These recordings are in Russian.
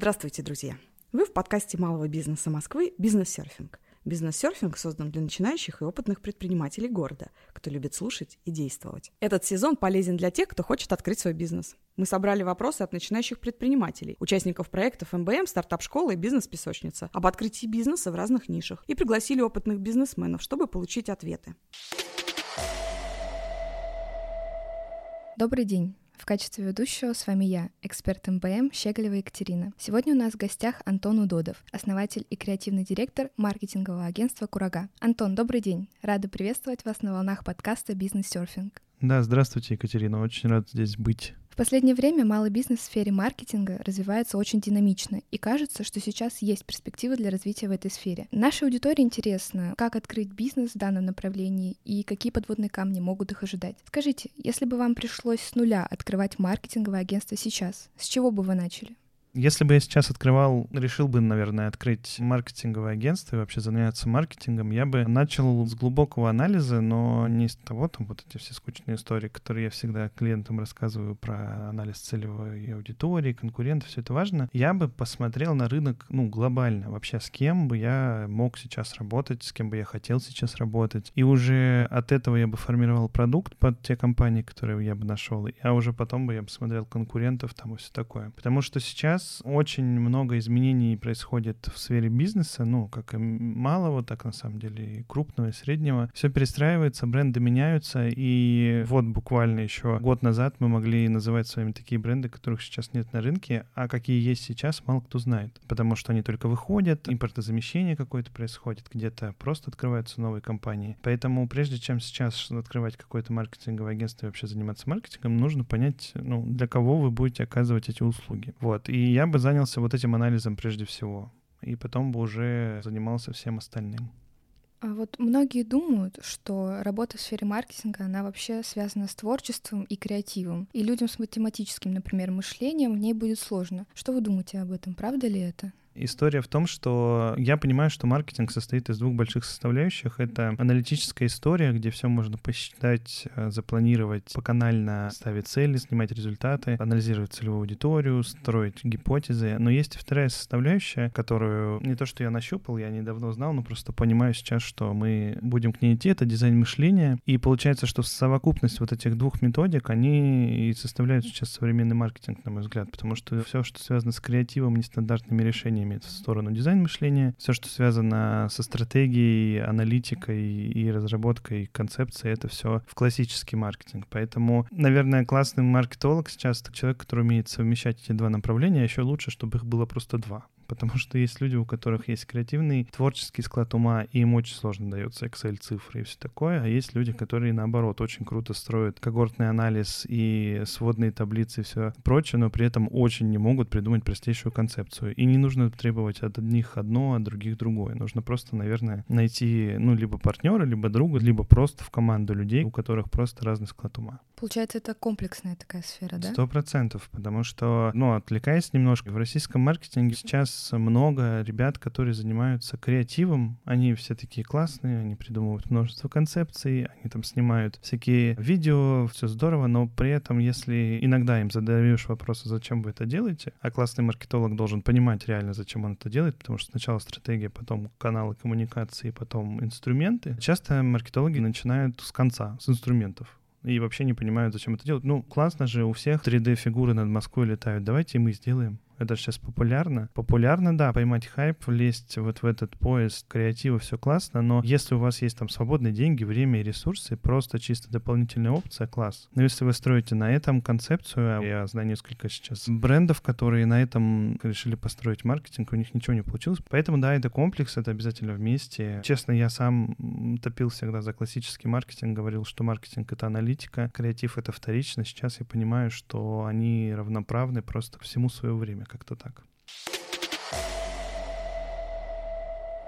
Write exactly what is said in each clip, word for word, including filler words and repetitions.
Здравствуйте, друзья! Вы в подкасте малого бизнеса Москвы «Бизнес-серфинг». Бизнес-серфинг создан для начинающих и опытных предпринимателей города, кто любит слушать и действовать. Этот сезон полезен для тех, кто хочет открыть свой бизнес. Мы собрали вопросы от начинающих предпринимателей, участников проектов эм бэ эм, стартап-школы и бизнес-песочница об открытии бизнеса в разных нишах и пригласили опытных бизнесменов, чтобы получить ответы. Добрый день! В качестве ведущего с вами я, эксперт эм бэ эм Щеголева Екатерина. Сегодня у нас в гостях Антон Удодов, основатель и креативный директор маркетингового агентства «Курага». Антон, добрый день! Рада приветствовать вас на волнах подкаста «Бизнес-серфинг». Да, здравствуйте, Екатерина, очень рад здесь быть. В последнее время малый бизнес в сфере маркетинга развивается очень динамично, и кажется, что сейчас есть перспективы для развития в этой сфере. Нашей аудитории интересно, как открыть бизнес в данном направлении и какие подводные камни могут их ожидать. Скажите, если бы вам пришлось с нуля открывать маркетинговое агентство сейчас, с чего бы вы начали? Если бы я сейчас открывал, решил бы, наверное, открыть маркетинговое агентство и вообще заняться маркетингом, я бы начал с глубокого анализа, но не с того, там вот эти все скучные истории, которые я всегда клиентам рассказываю про анализ целевой аудитории, конкурентов, все это важно. Я бы посмотрел на рынок, ну, глобально, вообще с кем бы я мог сейчас работать, с кем бы я хотел сейчас работать. И уже от этого я бы формировал продукт под те компании, которые я бы нашел, а уже потом бы я посмотрел конкурентов там и все такое. Потому что сейчас очень много изменений происходит в сфере бизнеса, ну, как и малого, так на самом деле и крупного, и среднего. Все перестраивается, бренды меняются, и вот буквально еще год назад мы могли называть с вами такие бренды, которых сейчас нет на рынке, а какие есть сейчас, мало кто знает, потому что они только выходят, импортозамещение какое-то происходит, где-то просто открываются новые компании. Поэтому прежде чем сейчас открывать какое-то маркетинговое агентство и вообще заниматься маркетингом, нужно понять, ну, для кого вы будете оказывать эти услуги. Вот, и я бы занялся вот этим анализом прежде всего, и потом бы уже занимался всем остальным. А вот многие думают, что работа в сфере маркетинга, она вообще связана с творчеством и креативом, и людям с математическим, например, мышлением в ней будет сложно. Что вы думаете об этом? Правда ли это? История в том, что я понимаю, что маркетинг состоит из двух больших составляющих. Это аналитическая история, где все можно посчитать, запланировать, поканально ставить цели, снимать результаты, анализировать целевую аудиторию, строить гипотезы. Но есть и вторая составляющая, которую не то, что я нащупал, я недавно узнал, но просто понимаю сейчас, что мы будем к ней идти. Это дизайн мышления. И получается, что совокупность вот этих двух методик, они и составляют сейчас современный маркетинг, на мой взгляд, потому что все, что связано с креативом, нестандартными решениями, в сторону дизайн-мышления. Все, что связано со стратегией, аналитикой и разработкой концепции, это все в классический маркетинг. Поэтому, наверное, классный маркетолог сейчас — человек, который умеет совмещать эти два направления, а еще лучше, чтобы их было просто два. Потому что есть люди, у которых есть креативный, творческий склад ума, и им очень сложно дается Excel-цифры и все такое, а есть люди, которые, наоборот, очень круто строят когортный анализ и сводные таблицы и все прочее, но при этом очень не могут придумать простейшую концепцию. И не нужно требовать от одних одно, от других другое. Нужно просто, наверное, найти, ну, либо партнера, либо друга, либо просто в команду людей, у которых просто разный склад ума. Получается, это комплексная такая сфера, да? Сто процентов, потому что, ну, отвлекаясь немножко, в российском маркетинге сейчас много ребят, которые занимаются креативом. Они все такие классные, они придумывают множество концепций, они там снимают всякие видео, все здорово, но при этом, если иногда им задаешь вопрос, зачем вы это делаете, а классный маркетолог должен понимать реально, зачем он это делает, потому что сначала стратегия, потом каналы коммуникации, потом инструменты. Часто маркетологи начинают с конца, с инструментов. И вообще не понимают, зачем это делать. Ну, классно же, у всех три дэ-фигуры над Москвой летают. Давайте и мы сделаем. Это же сейчас популярно. Популярно, да, поймать хайп, влезть вот в этот поезд креатива, все классно, но если у вас есть там свободные деньги, время и ресурсы, просто чисто дополнительная опция, класс. Но если вы строите на этом концепцию, я знаю несколько сейчас брендов, которые на этом решили построить маркетинг, у них ничего не получилось. Поэтому, да, это комплекс, это обязательно вместе. Честно, я сам топил всегда за классический маркетинг, говорил, что маркетинг — это аналитика, креатив — это вторично. Сейчас я понимаю, что они равноправны просто всему свое время. Как-то так.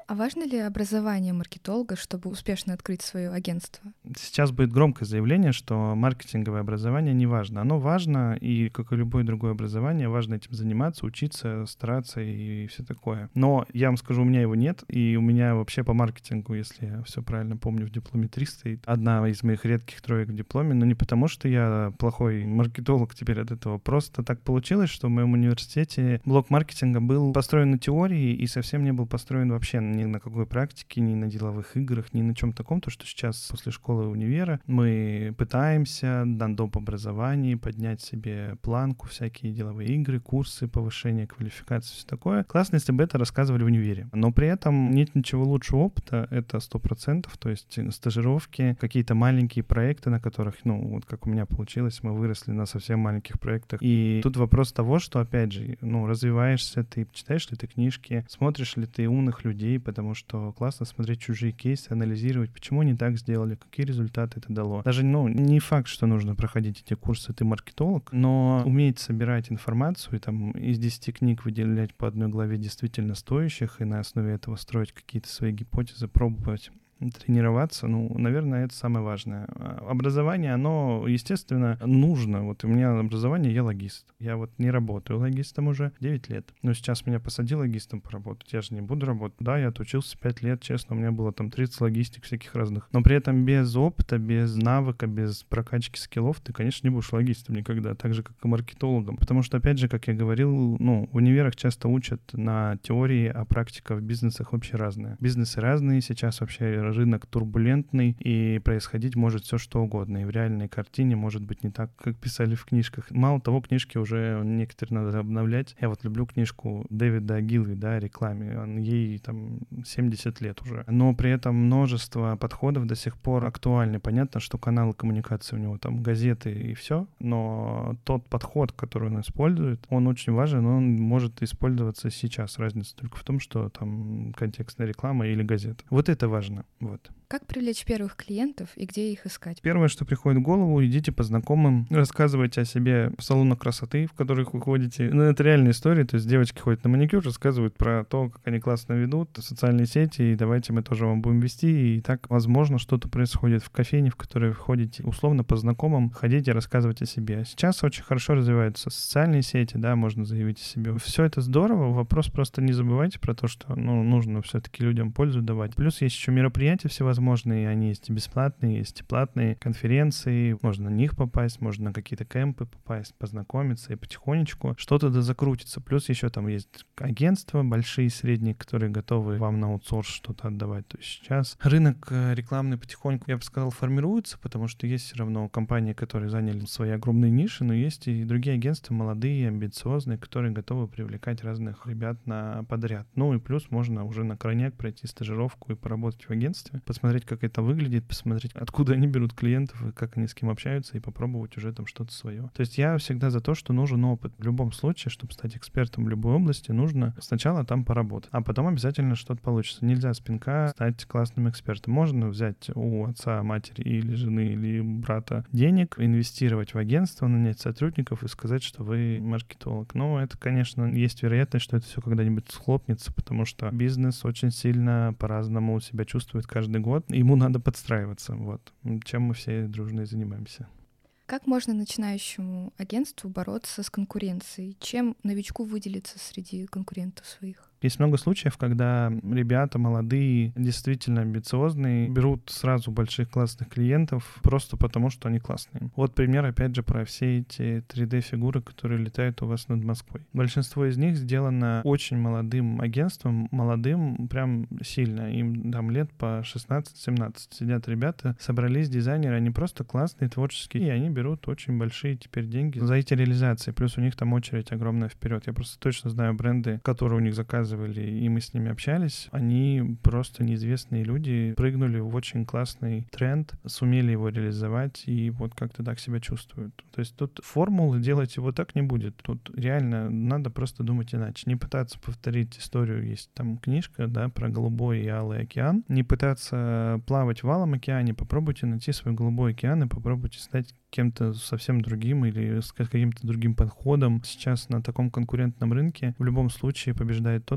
А важно ли образование маркетолога, чтобы успешно открыть свое агентство? Сейчас будет громкое заявление, что маркетинговое образование не важно. Оно важно, и, как и любое другое образование, важно этим заниматься, учиться, стараться и все такое. Но я вам скажу, у меня его нет, и у меня вообще по маркетингу, если я все правильно помню, в дипломе три стоит. Одна из моих редких троек в дипломе, но не потому, что я плохой маркетолог теперь от этого. Просто так получилось, что в моем университете блок маркетинга был построен на теории и совсем не был построен вообще ни на какой практике, ни на деловых играх, ни на чем таком, то, что сейчас после школы и универа мы пытаемся на доп. Образовании поднять себе планку, всякие деловые игры, курсы, повышение квалификации, все такое. Классно, если бы это рассказывали в универе. Но при этом нет ничего лучше опыта, это сто процентов, то есть стажировки, какие-то маленькие проекты, на которых, ну, вот как у меня получилось, мы выросли на совсем маленьких проектах. И тут вопрос того, что, опять же, ну, развиваешься, ты читаешь ли ты книжки, смотришь ли ты умных людей, потому что классно смотреть чужие кейсы, анализировать, почему они так сделали, какие результаты это дало. Даже, ну, не факт, что нужно проходить эти курсы, ты маркетолог, но уметь собирать информацию и там из десяти книг выделять по одной главе действительно стоящих и на основе этого строить какие-то свои гипотезы, пробовать тренироваться, ну, наверное, это самое важное. Образование, оно, естественно, нужно. Вот у меня образование, я логист. Я вот не работаю логистом уже девять лет. Но сейчас меня посади логистом поработать. Я же не буду работать. Да, я отучился пять лет, честно, у меня было там тридцать логистик всяких разных. Но при этом без опыта, без навыка, без прокачки скиллов ты, конечно, не будешь логистом никогда. Так же, как и маркетологом. Потому что, опять же, как я говорил, ну, в универах часто учат на теории, а практика в бизнесах вообще разная. Бизнесы разные, сейчас вообще рынок турбулентный, и происходить может все что угодно. И в реальной картине может быть не так, как писали в книжках. Мало того, книжки уже некоторые надо обновлять. Я вот люблю книжку Дэвида Гилви, да, о рекламе. Он, ей там семьдесят лет уже. Но при этом множество подходов до сих пор актуальны. Понятно, что каналы коммуникации у него там газеты и все, но тот подход, который он использует, он очень важен, он может использоваться сейчас. Разница только в том, что там контекстная реклама или газета. Вот это важно. Вот. Как привлечь первых клиентов и где их искать? Первое, что приходит в голову, идите по знакомым, рассказывайте о себе в салонах красоты, в которых вы ходите. Ну, это реальная история, то есть девочки ходят на маникюр, рассказывают про то, как они классно ведут социальные сети, и давайте мы тоже вам будем вести, и так, возможно, что-то происходит в кофейне, в которой вы ходите. Условно по знакомым ходите, рассказывать о себе. Сейчас очень хорошо развиваются социальные сети, да, можно заявить о себе. Все это здорово, вопрос просто не забывайте про то, что, ну, нужно все-таки людям пользу давать. Плюс есть еще мероприятия всевозможные, возможные, они есть и бесплатные, есть и платные конференции, можно на них попасть, можно на какие-то кемпы попасть, познакомиться и потихонечку что-то да закрутится. Плюс еще там есть агентства большие и средние, которые готовы вам на аутсорс что-то отдавать. То есть сейчас рынок рекламный потихоньку, я бы сказал, формируется, потому что есть все равно компании, которые заняли свои огромные ниши, но есть и другие агентства молодые, амбициозные, которые готовы привлекать разных ребят на подряд. Ну и плюс можно уже на крайняк пройти стажировку и поработать в агентстве, посмотреть, как это выглядит, посмотреть, откуда они берут клиентов, и как они с кем общаются, и попробовать уже там что-то свое. То есть я всегда за то, что нужен опыт. В любом случае, чтобы стать экспертом в любой области, нужно сначала там поработать, а потом обязательно что-то получится. Нельзя с пинка стать классным экспертом. Можно взять у отца, матери или жены, или брата денег, инвестировать в агентство, нанять сотрудников и сказать, что вы маркетолог. Но это, конечно, есть вероятность, что это все когда-нибудь схлопнется, потому что бизнес очень сильно по-разному себя чувствует каждый год. Ему надо подстраиваться, вот, чем мы все дружно и занимаемся. Как можно начинающему агентству бороться с конкуренцией? Чем новичку выделиться среди конкурентов своих? Есть много случаев, когда ребята молодые, действительно амбициозные, берут сразу больших классных клиентов просто потому, что они классные. Вот пример, опять же, про все эти три дэ-фигуры, которые летают у вас над Москвой. Большинство из них сделано очень молодым агентством, молодым прям сильно. Им там лет по шестнадцать-семнадцать. Сидят ребята, собрались дизайнеры, они просто классные, творческие, и они берут очень большие теперь деньги за эти реализации. Плюс у них там очередь огромная вперед. Я просто точно знаю бренды, которые у них заказывают, и мы с ними общались, они просто неизвестные люди, прыгнули в очень классный тренд, сумели его реализовать и вот как-то так себя чувствуют. То есть тут формулы делать его так не будет. Тут реально надо просто думать иначе. Не пытаться повторить историю, есть там книжка, да, про голубой и алый океан. Не пытаться плавать в алом океане, попробуйте найти свой голубой океан и попробуйте стать кем-то совсем другим или с каким-то другим подходом. Сейчас на таком конкурентном рынке в любом случае побеждает тот,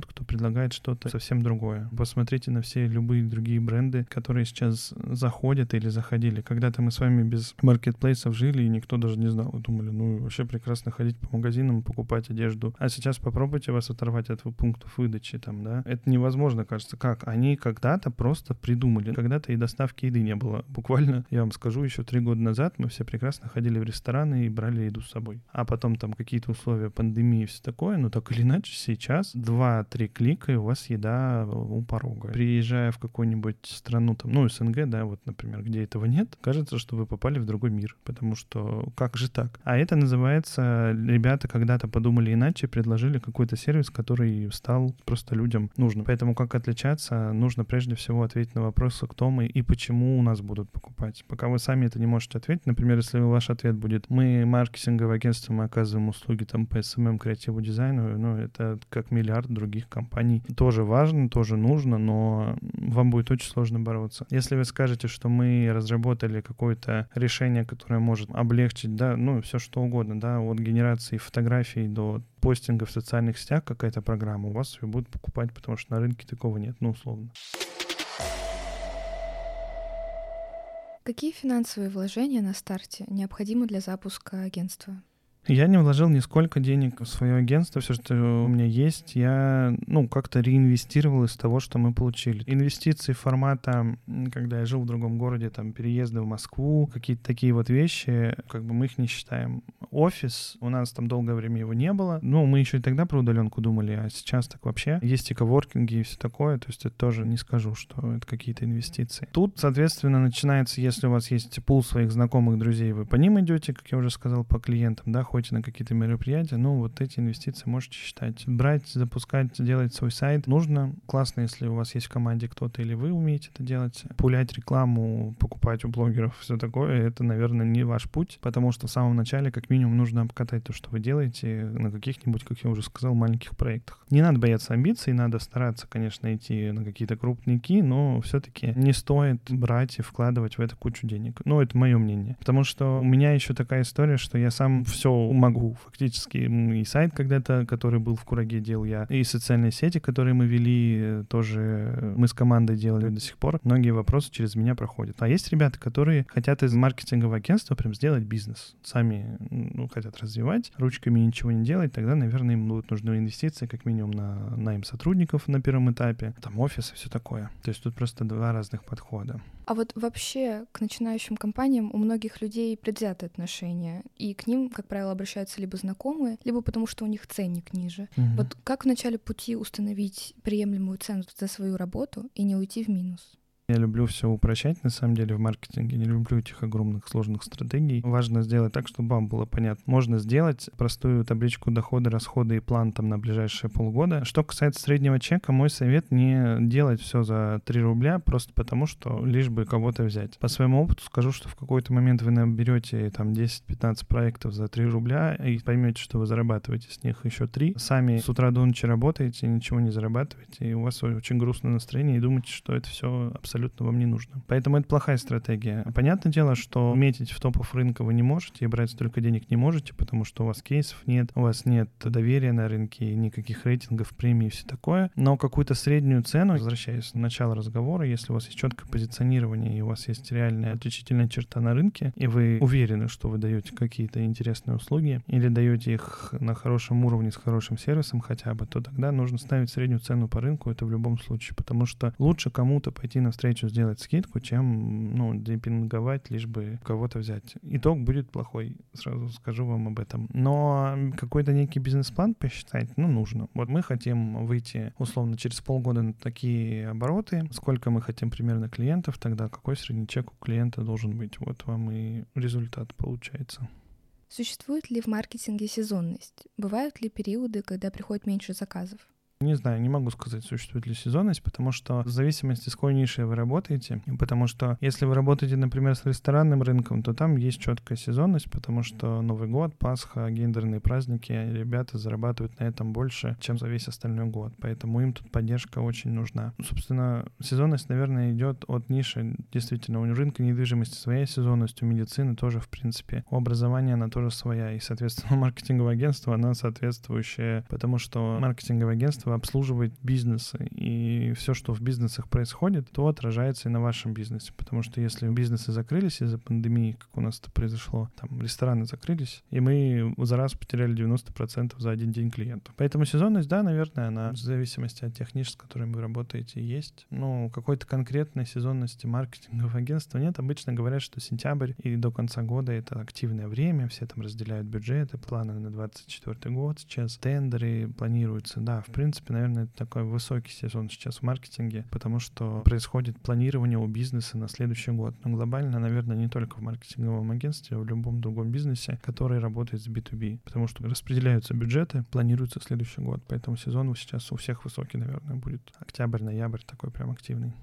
тот, кто предлагает что-то совсем другое. Посмотрите на все любые другие бренды, которые сейчас заходят или заходили. Когда-то мы с вами без маркетплейсов жили, и никто даже не знал. И думали, ну вообще прекрасно ходить по магазинам, покупать одежду. А сейчас попробуйте вас оторвать от пунктов выдачи там, да. Это невозможно, кажется. Как? Они когда-то просто придумали. Когда-то и доставки еды не было. Буквально, я вам скажу, еще три года назад мы все прекрасно ходили в рестораны и брали еду с собой. А потом там какие-то условия пандемии и все такое, но так или иначе сейчас два-три клика, и у вас еда у порога. Приезжая в какую-нибудь страну, там, ну, СНГ, да, вот, например, где этого нет, кажется, что вы попали в другой мир, потому что как же так? А это называется, ребята когда-то подумали иначе, предложили какой-то сервис, который стал просто людям нужным. Поэтому как отличаться, нужно прежде всего ответить на вопросы, кто мы и почему у нас будут покупать. Пока вы сами это не можете ответить, например, если ваш ответ будет «мы маркетинговое агентство, мы оказываем услуги там по эс эм эм, креативу, дизайну», ну, это как миллиард других компаний. Тоже важно, тоже нужно, но вам будет очень сложно бороться. Если вы скажете, что мы разработали какое-то решение, которое может облегчить, да, ну, все что угодно, да, от генерации фотографий до постинга в социальных сетях, какая-то программа, у вас ее будут покупать, потому что на рынке такого нет, ну, условно. Какие финансовые вложения на старте необходимы для запуска агентства? Я не вложил нисколько денег в свое агентство. Все, что у меня есть, я, ну, как-то реинвестировал из того, что мы получили. Инвестиции формата, когда я жил в другом городе, там, переезды в Москву, какие-то такие вот вещи, как бы мы их не считаем. Офис, у нас там долгое время его не было. Ну, мы еще и тогда про удаленку думали, а сейчас так вообще. Есть и коворкинги, и все такое, то есть это тоже не скажу, что это какие-то инвестиции. Тут, соответственно, начинается, если у вас есть пул своих знакомых, друзей, вы по ним идете, как я уже сказал, по клиентам, да, ходите на какие-то мероприятия, ну, вот эти инвестиции можете считать. Брать, запускать, делать свой сайт нужно. Классно, если у вас есть в команде кто-то или вы умеете это делать. Пулять рекламу, покупать у блогеров, все такое, это, наверное, не ваш путь, потому что в самом начале как минимум нужно обкатать то, что вы делаете на каких-нибудь, как я уже сказал, маленьких проектах. Не надо бояться амбиций, надо стараться, конечно, идти на какие-то крупники, но все-таки не стоит брать и вкладывать в это кучу денег. Ну, это мое мнение. Потому что у меня еще такая история, что я сам все могу фактически. И сайт когда-то, который был в Кураге, делал я, и социальные сети, которые мы вели, тоже мы с командой делали до сих пор. Многие вопросы через меня проходят. А есть ребята, которые хотят из маркетингового агентства прям сделать бизнес. Сами, ну, хотят развивать, ручками ничего не делать, тогда, наверное, им будут нужны инвестиции, как минимум на найм сотрудников на первом этапе, там офис и все такое. То есть тут просто два разных подхода. А вот вообще к начинающим компаниям у многих людей предвзятое отношение, и к ним, как правило, обращаются либо знакомые, либо потому что у них ценник ниже. Угу. Вот как в начале пути установить приемлемую цену за свою работу и не уйти в минус? Я люблю все упрощать, на самом деле, в маркетинге. Не люблю этих огромных сложных стратегий. Важно сделать так, чтобы вам было понятно. Можно сделать простую табличку дохода, расходы и план там на ближайшие полгода. Что касается среднего чека, мой совет не делать все за три рубля, просто потому что лишь бы кого-то взять. По своему опыту скажу, что в какой-то момент вы наберете там десять-пятнадцать проектов за три рубля и поймете, что вы зарабатываете с них еще три. Сами с утра до ночи работаете, ничего не зарабатываете, и у вас очень грустное настроение, и думаете, что это все абсолютно вам не нужно. Поэтому это плохая стратегия. Понятное дело, что метить в топов рынка вы не можете и брать столько денег не можете, потому что у вас кейсов нет, у вас нет доверия на рынке, никаких рейтингов, премий и все такое. Но какую-то среднюю цену, возвращаясь на начало разговора, если у вас есть четкое позиционирование и у вас есть реальная отличительная черта на рынке, и вы уверены, что вы даете какие-то интересные услуги или даете их на хорошем уровне с хорошим сервисом хотя бы, то тогда нужно ставить среднюю цену по рынку, это в любом случае, потому что лучше кому-то пойти навстречу сделать скидку, чем, ну, демпинговать, лишь бы кого-то взять. Итог будет плохой, сразу скажу вам об этом. Но какой-то некий бизнес-план посчитать, ну, нужно. Вот мы хотим выйти, условно, через полгода на такие обороты, сколько мы хотим примерно клиентов, тогда какой средний чек у клиента должен быть. Вот вам и результат получается. Существует ли в маркетинге сезонность? Бывают ли периоды, когда приходит меньше заказов? Не знаю, не могу сказать, существует ли сезонность, потому что в зависимости, с какой нишей вы работаете, потому что если вы работаете, например, с ресторанным рынком, то там есть четкая сезонность, потому что Новый год, Пасха, гендерные праздники, ребята зарабатывают на этом больше, чем за весь остальной год, поэтому им тут поддержка очень нужна. Собственно, сезонность, наверное, идет от ниши. Действительно, у рынка недвижимости своя сезонность, у медицины тоже, в принципе, у образования она тоже своя, и, соответственно, маркетинговое агентство, оно соответствующее, потому что маркетинговое агентство обслуживать бизнесы. И все, что в бизнесах происходит, то отражается и на вашем бизнесе. Потому что если бизнесы закрылись из-за пандемии, как у нас это произошло, там рестораны закрылись, и мы за раз потеряли девяносто процентов за один день клиентов. Поэтому сезонность, да, наверное, она в зависимости от тех ниш, с которыми вы работаете, есть. Ну, какой-то конкретной сезонности маркетингового агентства нет. Обычно говорят, что сентябрь и до конца года — это активное время, все там разделяют бюджеты, планы на двадцать четвёртый год сейчас, тендеры планируются. Да, в принципе, наверное, это такой высокий сезон сейчас в маркетинге, потому что происходит планирование у бизнеса на следующий год. Но глобально, наверное, не только в маркетинговом агентстве, а в любом другом бизнесе, который работает с би ту би, потому что распределяются бюджеты, планируется следующий год. Поэтому сезон сейчас у всех высокий, наверное, будет. Октябрь, ноябрь такой прям активный.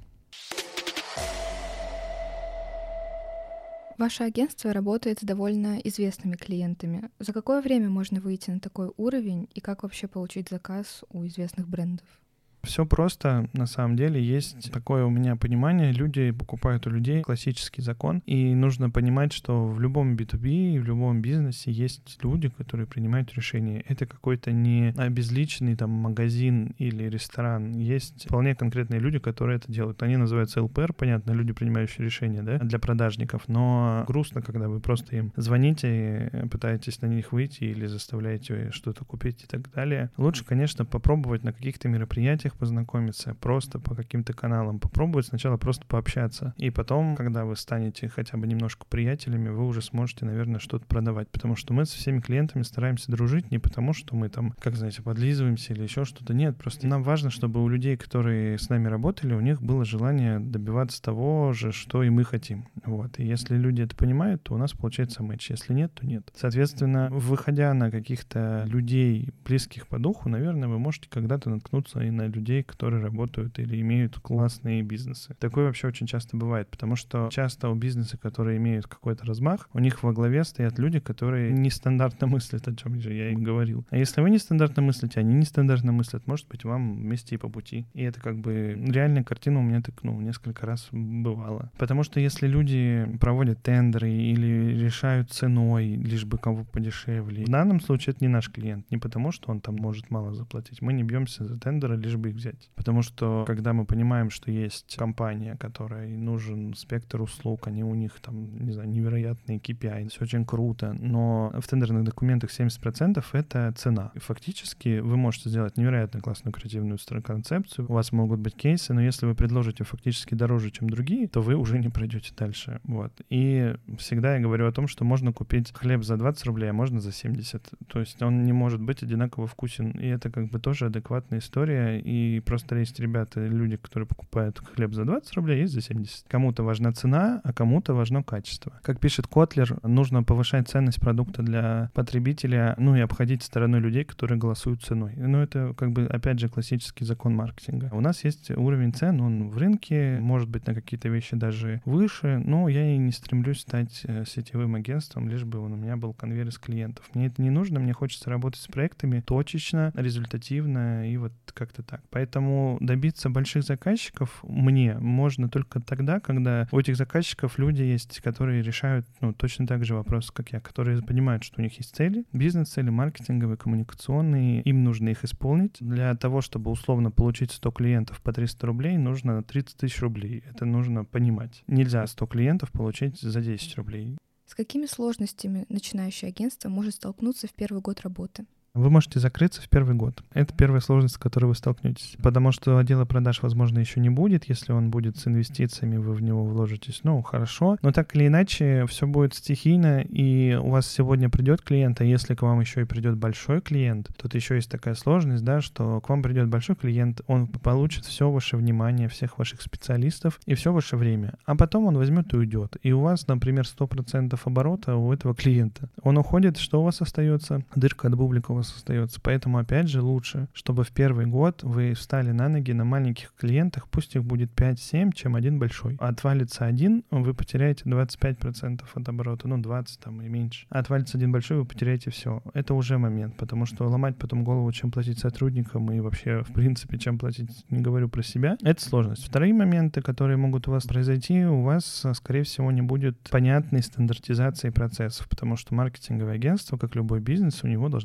Ваше агентство работает с довольно известными клиентами. За какое время можно выйти на такой уровень и как вообще получить заказ у известных брендов? Все просто, на самом деле, есть такое у меня понимание, люди покупают у людей классический закон, и нужно понимать, что в любом би ту би, в любом бизнесе есть люди, которые принимают решения. Это какой-то не обезличенный там магазин или ресторан, есть вполне конкретные люди, которые это делают. Они называются эл пи эр, понятно, люди, принимающие решения, да, для продажников, но грустно, когда вы просто им звоните, пытаетесь на них выйти или заставляете что-то купить и так далее. Лучше, конечно, попробовать на каких-то мероприятиях познакомиться, просто по каким-то каналам попробовать, сначала просто пообщаться. И потом, когда вы станете хотя бы немножко приятелями, вы уже сможете, наверное, что-то продавать. Потому что мы со всеми клиентами стараемся дружить не потому, что мы там, как знаете, подлизываемся или еще что-то. Нет, просто нам важно, чтобы у людей, которые с нами работали, у них было желание добиваться того же, что и мы хотим. Вот. И если люди это понимают, то у нас получается матч. Если нет, то нет. Соответственно, выходя на каких-то людей, близких по духу, наверное, вы можете когда-то наткнуться и на людей, людей, которые работают или имеют классные бизнесы. Такое вообще очень часто бывает, потому что часто у бизнеса, которые имеют какой-то размах, у них во главе стоят люди, которые нестандартно мыслят, о чем же я им говорил. А если вы нестандартно мыслите, они нестандартно мыслят, может быть, вам вместе и по пути. И это как бы реальная картина у меня так, ну, несколько раз бывало. Потому что если люди проводят тендеры или решают ценой, лишь бы кого подешевле, в данном случае это не наш клиент, не потому что он там может мало заплатить. Мы не бьемся за тендеры, лишь бы их взять. Потому что, когда мы понимаем, что есть компания, которой нужен спектр услуг, они у них там, не знаю, невероятные кей пи ай, все очень круто, но в тендерных документах семьдесят процентов это цена. И фактически вы можете сделать невероятно классную креативную концепцию, у вас могут быть кейсы, но если вы предложите фактически дороже, чем другие, то вы уже не пройдете дальше. Вот. И всегда я говорю о том, что можно купить хлеб за двадцать рублей, а можно за семьдесят. То есть он не может быть одинаково вкусен. И это как бы тоже адекватная история. И просто есть ребята, люди, которые покупают хлеб за двадцать рублей, есть за семьдесят. Кому-то важна цена, а кому-то важно качество. Как пишет Котлер, нужно повышать ценность продукта для потребителя, ну и обходить стороной людей, которые голосуют ценой. Ну это как бы, опять же, классический закон маркетинга. У нас есть уровень цен, он в рынке, может быть, на какие-то вещи даже выше, но я и не стремлюсь стать сетевым агентством, лишь бы он у меня был конвейер из клиентов. Мне это не нужно, мне хочется работать с проектами точечно, результативно и вот как-то так. Поэтому добиться больших заказчиков мне можно только тогда, когда у этих заказчиков люди есть, которые решают, ну, точно так же вопросы, как я, которые понимают, что у них есть цели, бизнес-цели, маркетинговые, коммуникационные, им нужно их исполнить. Для того, чтобы условно получить сто клиентов по триста рублей, нужно тридцать тысяч рублей. Это нужно понимать. Нельзя сто клиентов получить за десять рублей. С какими сложностями начинающее агентство может столкнуться в первый год работы? Вы можете закрыться в первый год. Это первая сложность, с которой вы столкнетесь. Потому что отдела продаж, возможно, еще не будет. Если он будет с инвестициями, вы в него вложитесь, ну, хорошо. Но так или иначе, все будет стихийно, и у вас сегодня придет клиент, а если к вам еще и придет большой клиент, тут еще есть такая сложность, да, что к вам придет большой клиент, он получит все ваше внимание, всех ваших специалистов и все ваше время. А потом он возьмет и уйдет. И у вас, например, сто процентов оборота у этого клиента. Он уходит, что у вас остается? Дырка от бублика у вас остается. Поэтому, опять же, лучше, чтобы в первый год вы встали на ноги на маленьких клиентах, пусть их будет пять-семь, чем один большой. Отвалится один, вы потеряете двадцать пять процентов от оборота, ну, двадцать там и меньше. А отвалится один большой, вы потеряете все. Это уже момент, потому что ломать потом голову, чем платить сотрудникам и вообще, в принципе, чем платить, не говорю про себя, это сложность. Вторые моменты, которые могут у вас произойти, у вас, скорее всего, не будет понятной стандартизации процессов, потому что маркетинговое агентство, как любой бизнес, у него должны быть стандартизации.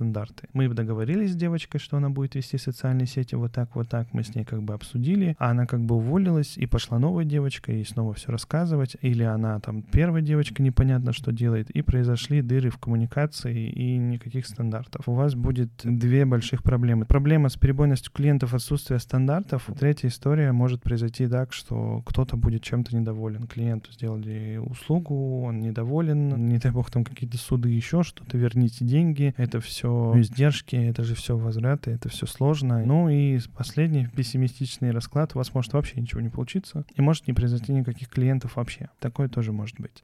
стандарты. Мы договорились с девочкой, что она будет вести социальные сети вот так, вот так, мы с ней как бы обсудили, а она как бы уволилась, и пошла новая девочка, и снова все рассказывать, или она там первая девочка непонятно что делает, и произошли дыры в коммуникации и никаких стандартов. У вас будет две больших проблемы. Проблема с перебойностью клиентов, отсутствие стандартов. Третья история может произойти так, что кто-то будет чем-то недоволен. Клиенту сделали услугу, он недоволен, не дай бог там какие-то суды, еще что-то, верните деньги, это все издержки, это же все возвраты, это все сложно. Ну и последний пессимистичный расклад, у вас может вообще ничего не получиться, и может не произойти никаких клиентов вообще. Такое тоже может быть.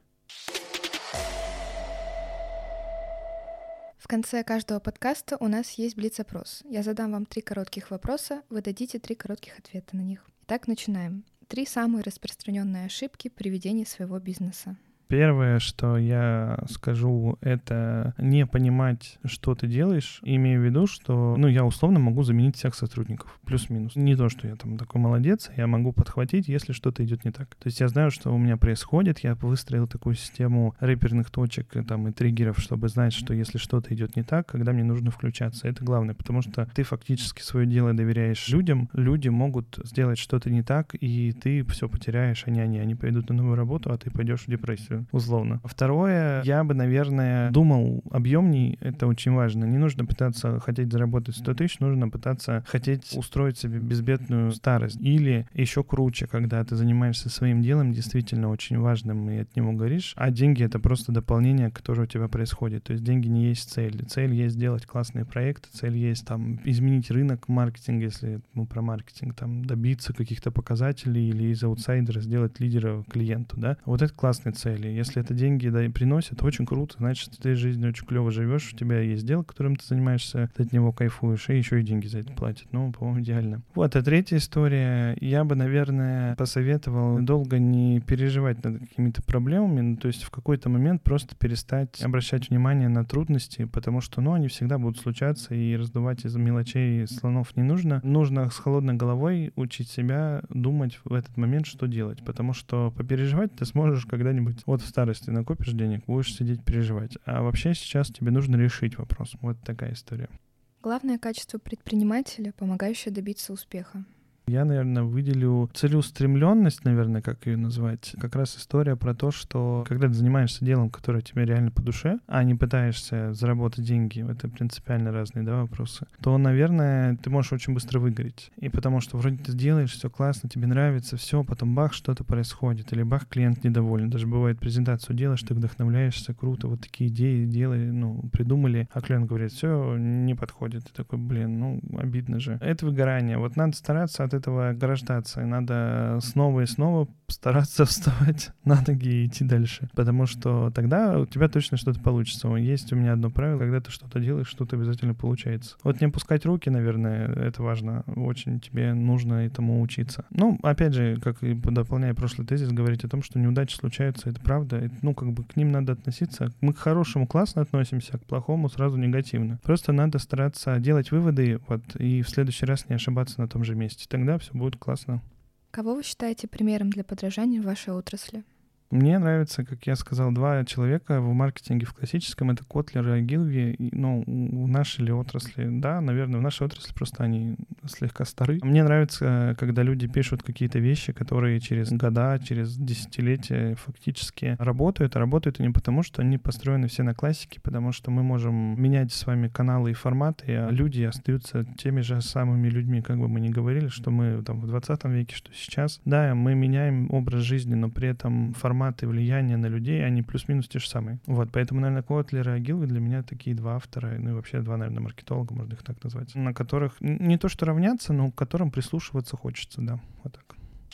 В конце каждого подкаста у нас есть блиц-опрос. Я задам вам три коротких вопроса, вы дадите три коротких ответа на них. Итак, начинаем. Три самые распространенные ошибки при ведении своего бизнеса. Первое, что я скажу, это не понимать, что ты делаешь, имея в виду, что, ну, я условно могу заменить всех сотрудников, плюс-минус. Не то, что я там такой молодец, я могу подхватить, если что-то идет не так. То есть я знаю, что у меня происходит, я выстроил такую систему реперных точек там, и триггеров, чтобы знать, что если что-то идет не так, когда мне нужно включаться. Это главное, потому что ты фактически свое дело доверяешь людям, люди могут сделать что-то не так, и ты все потеряешь, они, они, они пойдут на новую работу, а ты пойдешь в депрессию. Условно. Второе, я бы, наверное, думал объемней, это очень важно. Не нужно пытаться хотеть заработать сто тысяч, нужно пытаться хотеть устроить себе безбедную старость. Или еще круче, когда ты занимаешься своим делом, действительно очень важным, и от него горишь, а деньги — это просто дополнение, которое у тебя происходит. То есть деньги не есть цель. Цель есть сделать классные проекты, цель есть там изменить рынок маркетинга, если мы про маркетинг, там добиться каких-то показателей или из аутсайдера сделать лидера клиенту, да. Вот это классные цели. Если это деньги, да, и приносят, очень круто, значит, ты жизнью очень клево живешь, у тебя есть дело, которым ты занимаешься, ты от него кайфуешь, и еще и деньги за это платят. Ну, по-моему, идеально. Вот, а третья история, я бы, наверное, посоветовал долго не переживать над какими-то проблемами, ну, то есть в какой-то момент просто перестать обращать внимание на трудности, потому что, ну, они всегда будут случаться, и раздувать из-за мелочей слонов не нужно. Нужно с холодной головой учить себя думать в этот момент, что делать, потому что попереживать ты сможешь когда-нибудь. Вот в старости накопишь денег, будешь сидеть переживать. А вообще сейчас тебе нужно решить вопрос. Вот такая история. Главное качество предпринимателя, помогающее добиться успеха. Я, наверное, выделю целеустремленность, наверное, как ее назвать. Как раз история про то, что когда ты занимаешься делом, которое тебе реально по душе, а не пытаешься заработать деньги, это принципиально разные, да, вопросы, то, наверное, ты можешь очень быстро выгореть. И потому что вроде ты делаешь, все классно, тебе нравится, все, потом бах, что-то происходит, или бах, клиент недоволен. Даже бывает, презентацию делаешь, ты вдохновляешься, круто, вот такие идеи делали, ну, придумали, а клиент говорит, все, не подходит. Ты такой, блин, ну, обидно же. Это выгорание. Вот надо стараться от этого ограждаться, и надо снова и снова стараться вставать на ноги и идти дальше, потому что тогда у тебя точно что-то получится. Есть у меня одно правило, когда ты что-то делаешь, что-то обязательно получается. Вот не опускать руки, наверное, это важно, очень тебе нужно этому учиться. Ну, опять же, как и дополняя прошлый тезис, говорить о том, что неудачи случаются, это правда, это, ну, как бы к ним надо относиться. Мы к хорошему классно относимся, а к плохому сразу негативно. Просто надо стараться делать выводы, вот, и в следующий раз не ошибаться на том же месте. Тогда все будет классно. Кого вы считаете примером для подражания в вашей отрасли? Мне нравится, как я сказал, два человека в маркетинге в классическом. Это Котлер и Огилви. Ну, в нашей ли отрасли? Да, наверное, в нашей отрасли просто они слегка стары. Мне нравится, когда люди пишут какие-то вещи, которые через года, через десятилетия фактически работают. А работают они потому, что они построены все на классике, потому что мы можем менять с вами каналы и форматы, а люди остаются теми же самыми людьми, как бы мы ни говорили, что мы там в двадцатом веке, что сейчас. Да, мы меняем образ жизни, но при этом формат форматы влияния на людей, они плюс-минус те же самые. Вот, поэтому, наверное, Котлер и Огилви для меня такие два автора, ну и вообще два, наверное, маркетолога, можно их так назвать, на которых не то что равняться, но к которым прислушиваться хочется, да, вот так.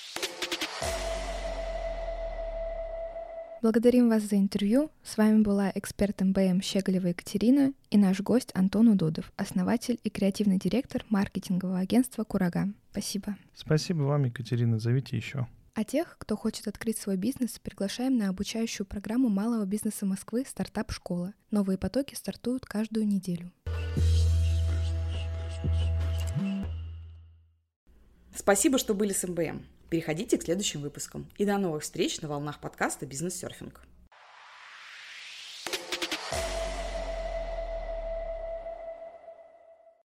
Благодарим вас за интервью. С вами была эксперт эм бэ эм Щеголева Екатерина и наш гость Антон Удодов, основатель и креативный директор маркетингового агентства «Курага». Спасибо. Спасибо вам, Екатерина, зовите еще. А тех, кто хочет открыть свой бизнес, приглашаем на обучающую программу малого бизнеса Москвы «Стартап-школа». Новые потоки стартуют каждую неделю. Спасибо, что были с эм бэ эм. Переходите к следующим выпускам. И до новых встреч на волнах подкаста «Бизнес-серфинг».